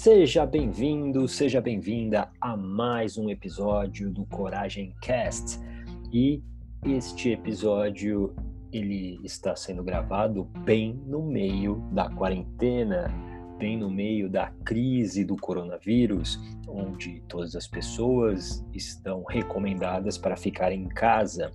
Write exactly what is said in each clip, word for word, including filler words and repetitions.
Seja bem-vindo, seja bem-vinda a mais um episódio do Coragem Cast. E este episódio ele está sendo gravado bem no meio da quarentena, bem no meio da crise do coronavírus, onde todas as pessoas estão recomendadas para ficarem em casa.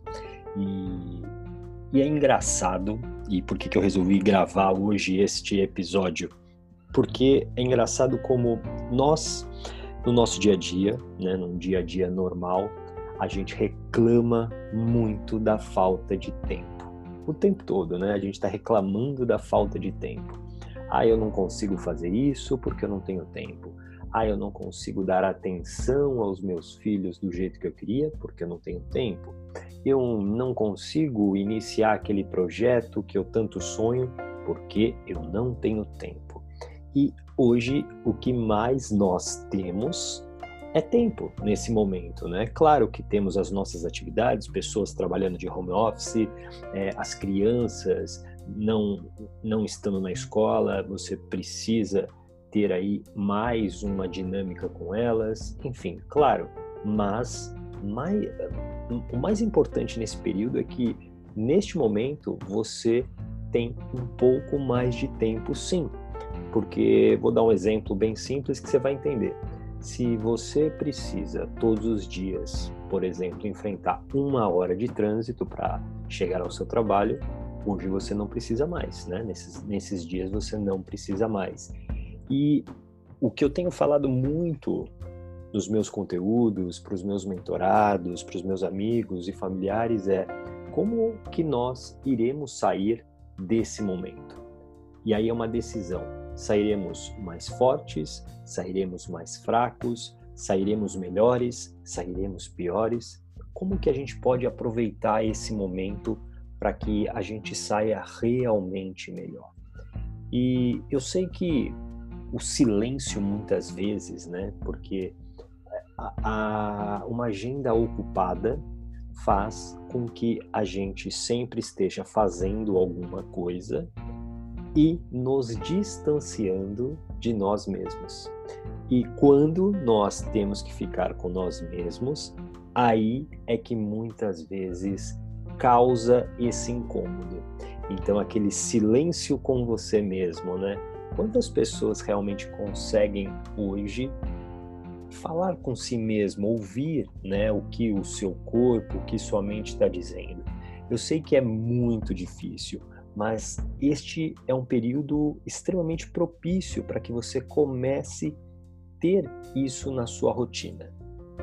E, e é engraçado, e por que que eu resolvi gravar hoje este episódio? Porque é engraçado como nós, no nosso dia a dia, né, num dia a dia normal, a gente reclama muito da falta de tempo. O tempo todo, né? A gente está reclamando da falta de tempo. Ah, eu não consigo fazer isso porque eu não tenho tempo. Ah, eu não consigo dar atenção aos meus filhos do jeito que eu queria porque eu não tenho tempo. Eu não consigo iniciar aquele projeto que eu tanto sonho porque eu não tenho tempo. E hoje o que mais nós temos é tempo nesse momento, né? Claro que temos as nossas atividades, pessoas trabalhando de home office, é, as crianças não, não estando na escola, você precisa ter aí mais uma dinâmica com elas, enfim, claro, mas mais, o mais importante nesse período é que neste momento você tem um pouco mais de tempo, sim. Porque vou dar um exemplo bem simples que você vai entender. Se você precisa todos os dias, por exemplo, enfrentar uma hora de trânsito para chegar ao seu trabalho, hoje você não precisa mais, né? Nesses, nesses dias você não precisa mais. E o que eu tenho falado muito nos meus conteúdos, para os meus mentorados, para os meus amigos e familiares é como que nós iremos sair desse momento. E aí é uma decisão. Sairemos mais fortes, sairemos mais fracos, sairemos melhores, sairemos piores. Como que a gente pode aproveitar esse momento para que a gente saia realmente melhor? E eu sei que o silêncio muitas vezes, né, porque a, a, uma agenda ocupada faz com que a gente sempre esteja fazendo alguma coisa e nos distanciando de nós mesmos. E quando nós temos que ficar com nós mesmos, aí é que muitas vezes causa esse incômodo. Então, aquele silêncio com você mesmo, né? Quantas pessoas realmente conseguem hoje falar com si mesmo, ouvir, né, o que o seu corpo, o que sua mente está dizendo? Eu sei que é muito difícil, mas este é um período extremamente propício para que você comece a ter isso na sua rotina.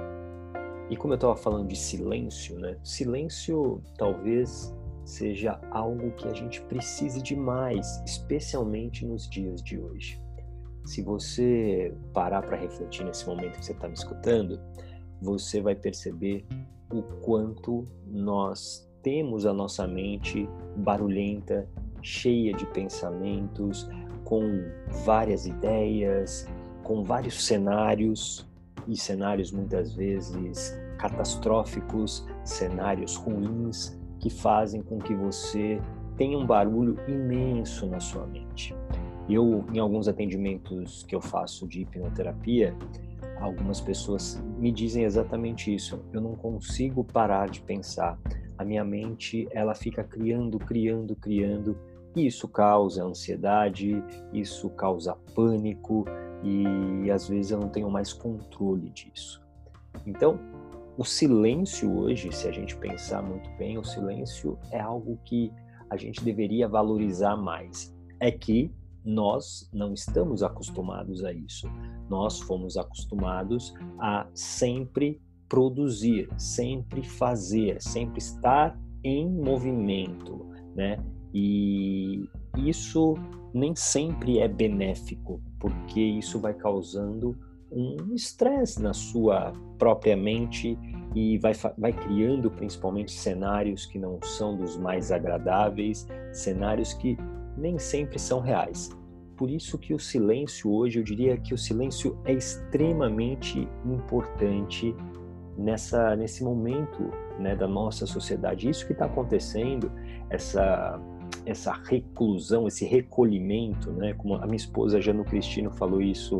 E como eu estava falando de silêncio, né? Silêncio talvez seja algo que a gente precise demais, especialmente nos dias de hoje. Se você parar para refletir nesse momento que você está me escutando, você vai perceber o quanto nós temos a nossa mente barulhenta, cheia de pensamentos, com várias ideias, com vários cenários, e cenários muitas vezes catastróficos, cenários ruins, que fazem com que você tenha um barulho imenso na sua mente. Eu, em alguns atendimentos que eu faço de hipnoterapia, algumas pessoas me dizem exatamente isso. Eu não consigo parar de pensar. A minha mente, ela fica criando, criando, criando, e isso causa ansiedade, isso causa pânico, e às vezes eu não tenho mais controle disso. Então, o silêncio hoje, se a gente pensar muito bem, o silêncio é algo que a gente deveria valorizar mais. É que nós não estamos acostumados a isso. Nós fomos acostumados a sempre produzir, sempre fazer, sempre estar em movimento, né? E isso nem sempre é benéfico, porque isso vai causando um estresse na sua própria mente e vai, vai criando principalmente cenários que não são dos mais agradáveis, cenários que nem sempre são reais. Por isso que o silêncio hoje, eu diria que o silêncio é extremamente importante Nessa, nesse momento, né, da nossa sociedade. Isso que está acontecendo, essa, essa reclusão, esse recolhimento, né, como a minha esposa Janu Cristino falou isso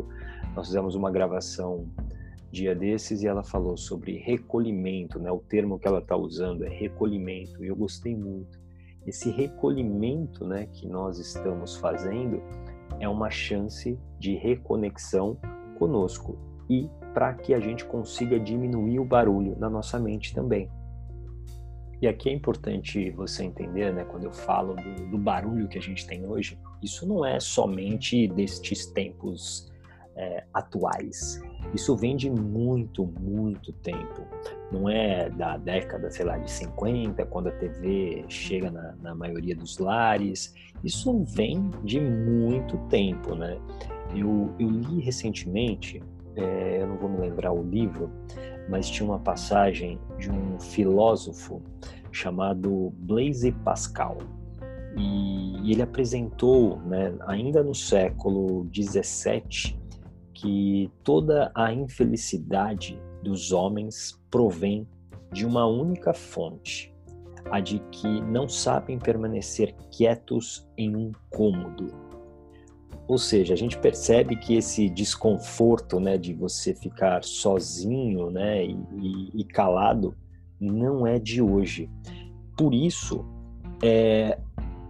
Nós fizemos uma gravação dia desses e ela falou sobre recolhimento, né? O termo que ela está usando é recolhimento, e eu gostei muito. Esse recolhimento, né, que nós estamos fazendo é uma chance de reconexão conosco e para que a gente consiga diminuir o barulho na nossa mente também. E aqui é importante você entender, né, quando eu falo do, do barulho que a gente tem hoje, isso não é somente destes tempos é, atuais. Isso vem de muito, muito tempo. Não é da década, sei lá, de cinquenta, quando a T V chega na, na maioria dos lares. Isso vem de muito tempo, né? Eu, eu li recentemente, é, eu não vou me lembrar o livro, mas tinha uma passagem de um filósofo chamado Blaise Pascal. E ele apresentou, né, ainda no século dezessete, que toda a infelicidade dos homens provém de uma única fonte, a de que não sabem permanecer quietos em um cômodo. Ou seja, a gente percebe que esse desconforto, né, de você ficar sozinho, né, e, e, e calado não é de hoje. Por isso, é,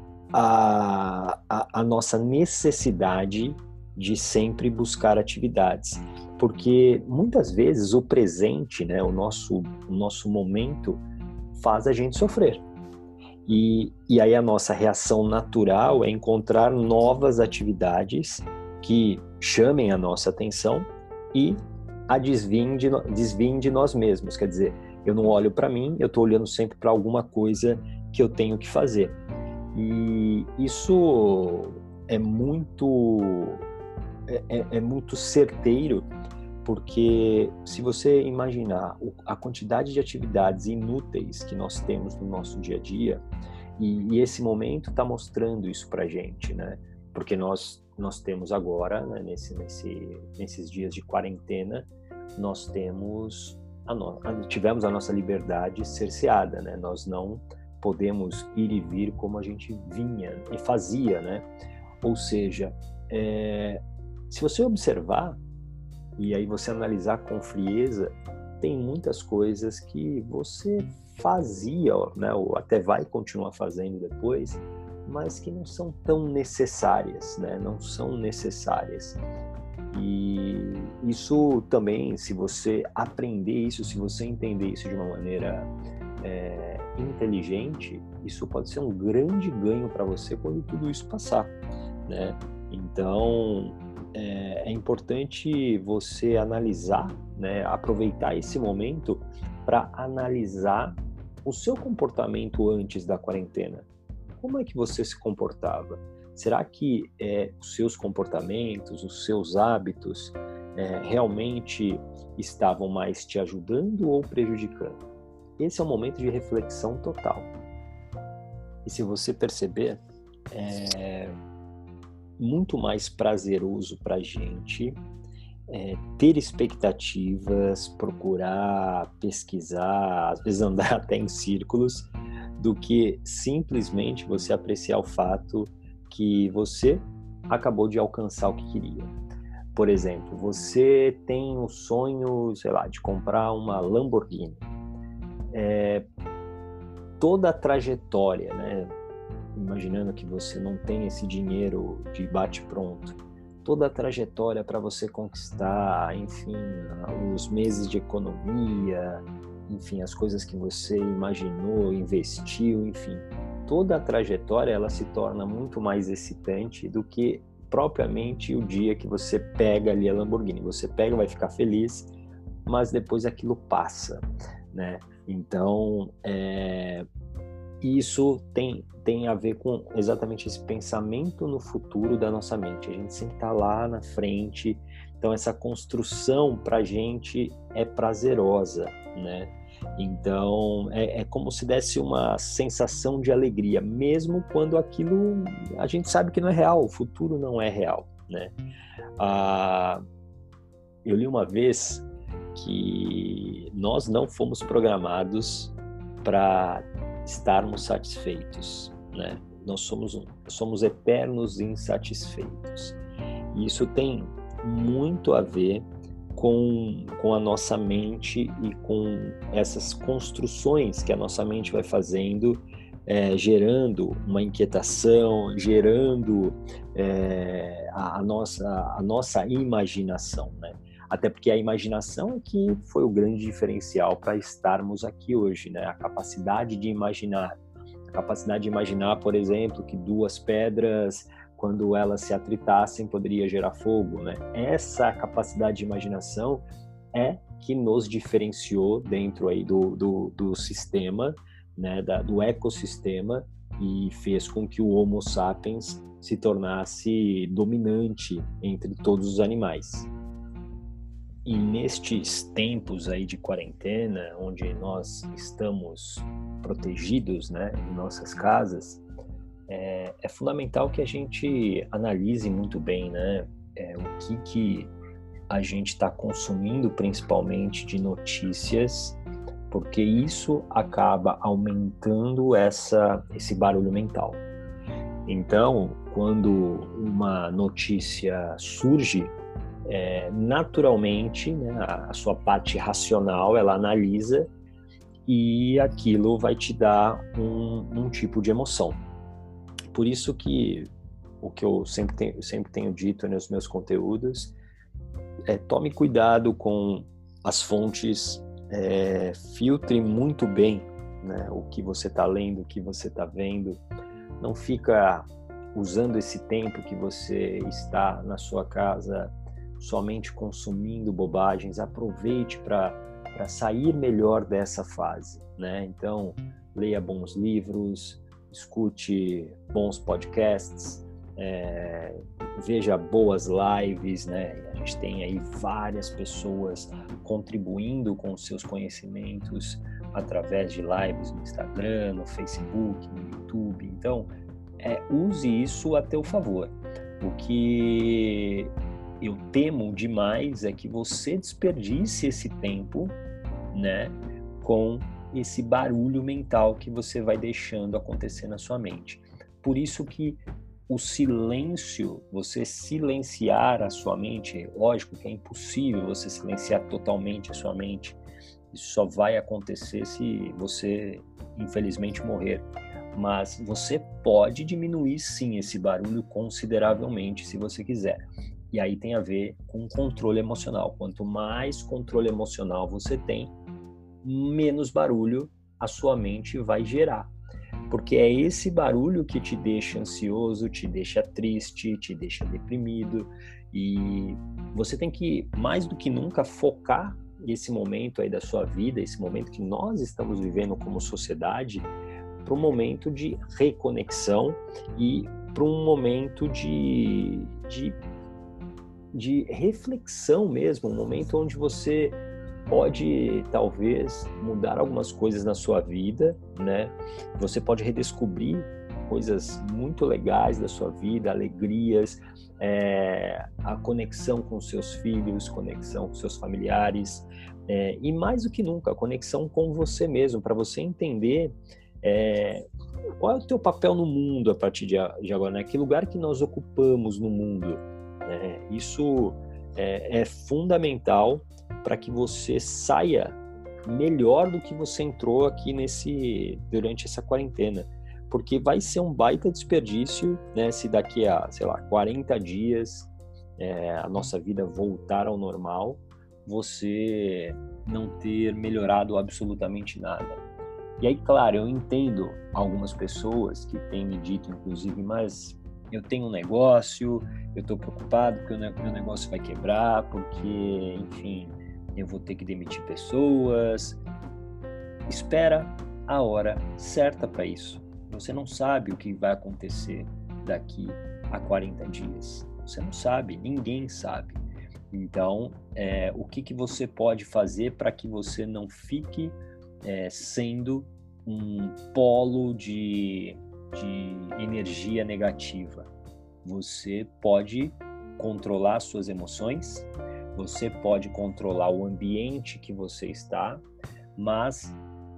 a, a, a nossa necessidade de sempre buscar atividades, porque muitas vezes o presente, né, o nosso, o nosso momento faz a gente sofrer. E, e aí a nossa reação natural é encontrar novas atividades que chamem a nossa atenção e a desviem de, desviem de nós mesmos. Quer dizer, eu não olho para mim, eu estou olhando sempre para alguma coisa que eu tenho que fazer. E isso é muito... É, é muito certeiro, porque se você imaginar a quantidade de atividades inúteis que nós temos no nosso dia a dia, e, e esse momento está mostrando isso para a gente, né? Porque nós, nós temos agora, né, nesse, nesse, nesses dias de quarentena, nós temos a no, a, tivemos a nossa liberdade cerceada, né? Nós não podemos ir e vir como a gente vinha e fazia, né? Ou seja, é, se você observar e aí você analisar com frieza, tem muitas coisas que você fazia, né, ou até vai continuar fazendo depois, mas que não são tão necessárias, né? Não são necessárias. E isso também, se você aprender isso, se você entender isso de uma maneira é, inteligente, isso pode ser um grande ganho para você quando tudo isso passar, né? Então, é, é importante você analisar, né, aproveitar esse momento para analisar o seu comportamento antes da quarentena. Como é que você se comportava? Será que é, os seus comportamentos, os seus hábitos é, realmente estavam mais te ajudando ou prejudicando? Esse é um momento de reflexão total. E se você perceber, é muito mais prazeroso para a gente é, ter expectativas, procurar, pesquisar, às vezes andar até em círculos, do que simplesmente você apreciar o fato que você acabou de alcançar o que queria. Por exemplo, você tem o sonho, sei lá, de comprar uma Lamborghini. É, toda a trajetória, né? Imaginando que você não tem esse dinheiro de bate-pronto, toda a trajetória para você conquistar, enfim, os meses de economia, enfim, as coisas que você imaginou, investiu, enfim, toda a trajetória ela se torna muito mais excitante do que propriamente o dia que você pega ali a Lamborghini. Você pega, vai ficar feliz, mas depois aquilo passa, né? Então, é... isso tem, tem a ver com exatamente esse pensamento no futuro da nossa mente. A gente sempre está lá na frente, então essa construção para a gente é prazerosa, né? Então é, é como se desse uma sensação de alegria, mesmo quando aquilo a gente sabe que não é real, o futuro não é real, né? Ah, eu li uma vez que nós não fomos programados para estarmos satisfeitos, né? Nós somos, somos eternos insatisfeitos. E isso tem, muito a ver com, com a nossa mente e com essas construções que a nossa mente vai fazendo, é, gerando uma inquietação, gerando é, a, a, nossa, a nossa imaginação, né? Até porque a imaginação é que foi o grande diferencial para estarmos aqui hoje, né? A capacidade de imaginar. A capacidade de imaginar, por exemplo, que duas pedras, quando elas se atritassem, poderia gerar fogo, né? Essa capacidade de imaginação é que nos diferenciou dentro aí do, do, do sistema, né? Da, do ecossistema, e fez com que o Homo sapiens se tornasse dominante entre todos os animais. E nestes tempos aí de quarentena, onde nós estamos protegidos, né, em nossas casas, é, é fundamental que a gente analise muito bem, né, é, o que, que a gente está consumindo, principalmente de notícias, porque isso acaba aumentando essa, esse barulho mental. Então, quando uma notícia surge, É, naturalmente, né, a, a sua parte racional, ela analisa e aquilo vai te dar um, um tipo de emoção. Por isso que o que eu sempre tenho, sempre tenho dito nos meus conteúdos é: tome cuidado com as fontes, é, filtre muito bem, né, o que você está lendo, o que você está vendo. Não fica usando esse tempo que você está na sua casa somente consumindo bobagens. Aproveite para sair melhor dessa fase, né? Então, leia bons livros, escute bons podcasts, é, veja boas lives, né? A gente tem aí várias pessoas contribuindo com seus conhecimentos através de lives no Instagram, no Facebook, no YouTube. Então, é, use isso a teu favor. O que eu temo demais é que você desperdice esse tempo, né, com esse barulho mental que você vai deixando acontecer na sua mente. Por isso que o silêncio, você silenciar a sua mente, lógico que é impossível você silenciar totalmente a sua mente. Isso só vai acontecer se você, infelizmente, morrer. Mas você pode diminuir, sim, esse barulho consideravelmente, se você quiser. E aí tem a ver com controle emocional. Quanto mais controle emocional você tem, menos barulho a sua mente vai gerar. Porque é esse barulho que te deixa ansioso, te deixa triste, te deixa deprimido. E você tem que, mais do que nunca, focar esse momento aí da sua vida, esse momento que nós estamos vivendo como sociedade, para um momento de reconexão e para um momento de... de de reflexão mesmo, um momento onde você pode talvez mudar algumas coisas na sua vida, né? Você pode redescobrir coisas muito legais da sua vida, alegrias, é, a conexão com seus filhos, conexão com seus familiares, é, e mais do que nunca, a conexão com você mesmo, para você entender é, qual é o teu papel no mundo a partir de agora, né? Que lugar que nós ocupamos no mundo. É, isso é, é fundamental para que você saia melhor do que você entrou aqui nesse, durante essa quarentena, porque vai ser um baita desperdício, né, se daqui a, sei lá, quarenta dias é, a nossa vida voltar ao normal, você não ter melhorado absolutamente nada. E aí, claro, eu entendo algumas pessoas que têm me dito, inclusive, mas eu tenho um negócio, eu estou preocupado porque o meu negócio vai quebrar, porque, enfim, eu vou ter que demitir pessoas. Espera a hora certa para isso. Você não sabe o que vai acontecer daqui a quarenta dias. Você não sabe, ninguém sabe. Então, é, o que, que você pode fazer para que você não fique é, sendo um polo de... de energia negativa? Você pode controlar suas emoções, você pode controlar o ambiente que você está, mas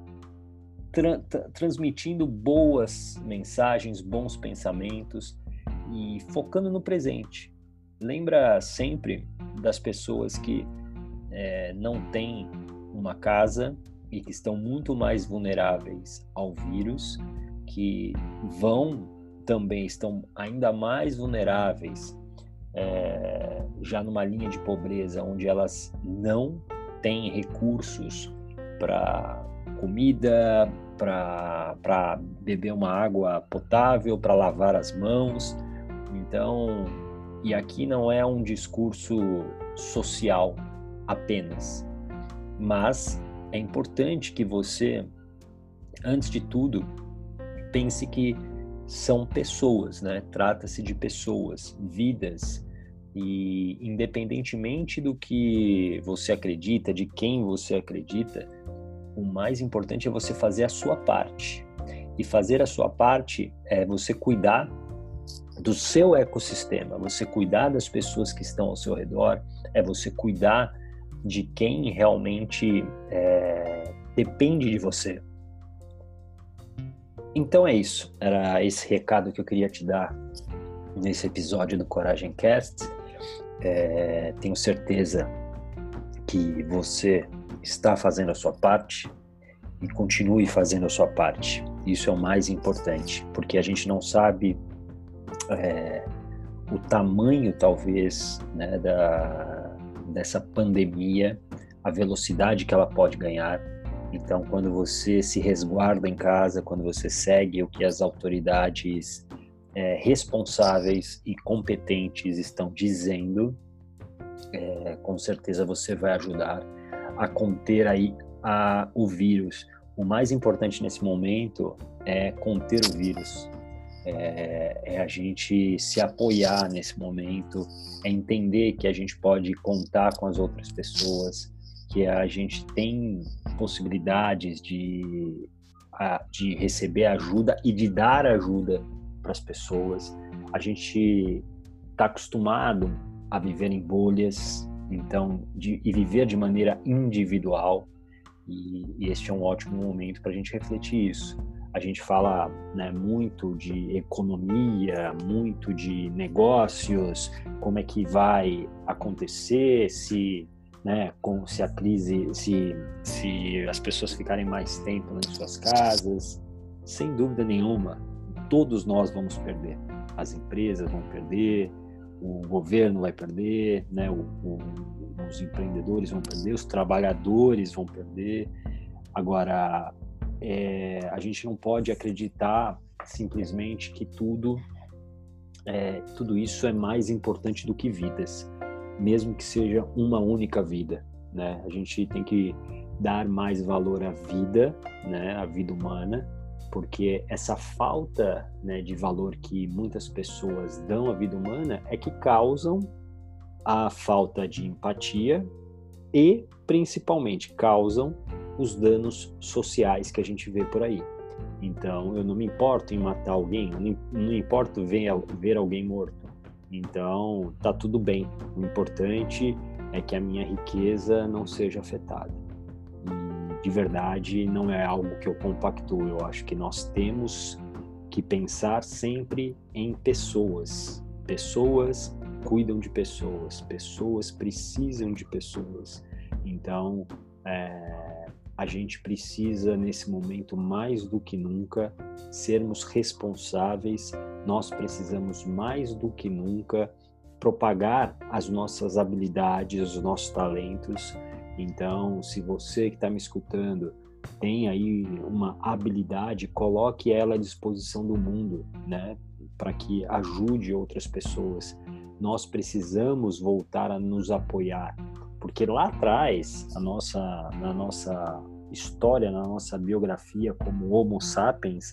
tra- tra- transmitindo boas mensagens, bons pensamentos e focando no presente. lembra sempre das pessoas que é, não têm uma casa e que estão muito mais vulneráveis ao vírus, que vão também, estão ainda mais vulneráveis é, já numa linha de pobreza, onde elas não têm recursos para comida, para beber uma água potável, para lavar as mãos. Então, e aqui não é um discurso social apenas, mas é importante que você, antes de tudo, pense que são pessoas, né? Trata-se de pessoas, vidas, e independentemente do que você acredita, de quem você acredita, o mais importante é você fazer a sua parte. E fazer a sua parte é você cuidar do seu ecossistema, você cuidar das pessoas que estão ao seu redor, é você cuidar de quem realmente é, depende de você. Então é isso, era esse recado que eu queria te dar nesse episódio do Coragem Cast. É, tenho certeza que você está fazendo a sua parte e continue fazendo a sua parte. Isso é o mais importante, porque a gente não sabe é, o tamanho, talvez, né, da, dessa pandemia, a velocidade que ela pode ganhar. Então, quando você se resguarda em casa, quando você segue o que as autoridades é, responsáveis e competentes estão dizendo, é, com certeza você vai ajudar a conter aí a, o vírus. O mais importante nesse momento é conter o vírus, é, é a gente se apoiar nesse momento, é entender que a gente pode contar com as outras pessoas, que a gente tem possibilidades de, de receber ajuda e de dar ajuda para as pessoas. A gente está acostumado a viver em bolhas, então, de, e viver de maneira individual, e, e este é um ótimo momento para a gente refletir isso. A gente fala, né, muito de economia, muito de negócios, como é que vai acontecer, se, né, com, se a crise, se, se as pessoas ficarem mais tempo em suas casas. Sem dúvida nenhuma, todos nós vamos perder. As empresas vão perder, o governo vai perder, né, o, o, os empreendedores vão perder, os trabalhadores vão perder. Agora, é, a gente não pode acreditar simplesmente que tudo, é, tudo isso é mais importante do que vidas, mesmo que seja uma única vida, né? A gente tem que dar mais valor à vida, né, à vida humana, porque essa falta, né, de valor que muitas pessoas dão à vida humana é que causam a falta de empatia e, principalmente, causam os danos sociais que a gente vê por aí. Então, eu não me importo em matar alguém, eu não, não me importo ver, ver alguém morto. Então, tá tudo bem. O importante é que a minha riqueza não seja afetada. E, de verdade, não é algo que eu compactuo. Eu acho que nós temos que pensar sempre em pessoas. Pessoas cuidam de pessoas. Pessoas precisam de pessoas. Então, é, a gente precisa, nesse momento, mais do que nunca, sermos responsáveis. Nós precisamos, mais do que nunca, propagar as nossas habilidades, os nossos talentos. Então, se você que está me escutando tem aí uma habilidade, coloque ela à disposição do mundo, né, para que ajude outras pessoas. Nós precisamos voltar a nos apoiar, porque lá atrás, a nossa, na nossa história, na nossa biografia como Homo sapiens,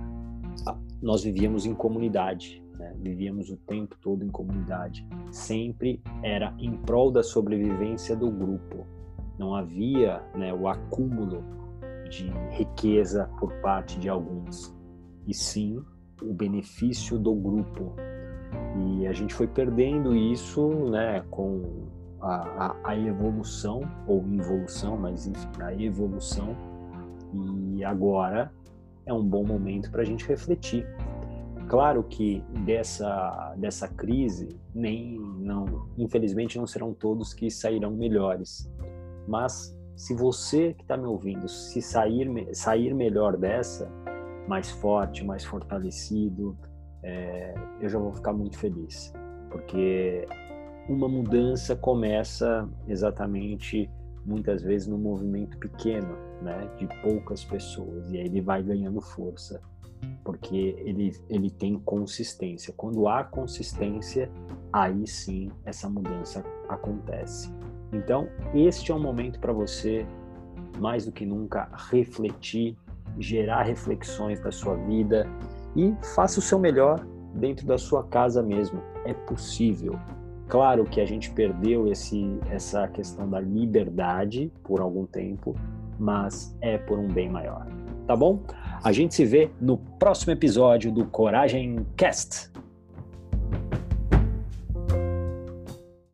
nós vivíamos em comunidade, né? Vivíamos o tempo todo em comunidade. Sempre era em prol da sobrevivência do grupo. Não havia, né, o acúmulo de riqueza por parte de alguns, e sim o benefício do grupo. E a gente foi perdendo isso, né, com a, a, a evolução, ou involução, mas enfim, a evolução. E agora é um bom momento para a gente refletir. Claro que dessa, dessa crise, nem, não, infelizmente não serão todos que sairão melhores. Mas se você que está me ouvindo, se sair, sair melhor dessa, mais forte, mais fortalecido, é, eu já vou ficar muito feliz. Porque uma mudança começa exatamente, muitas vezes, num movimento pequeno, né, de poucas pessoas. E aí ele vai ganhando força. Porque ele, ele tem consistência. Quando há consistência, aí sim essa mudança acontece. Então, este é um momento para você, mais do que nunca, refletir, gerar reflexões da sua vida e faça o seu melhor dentro da sua casa mesmo. É possível. Claro que a gente perdeu esse, essa questão da liberdade por algum tempo, mas é por um bem maior. Tá bom? A gente se vê no próximo episódio do Coragem Cast.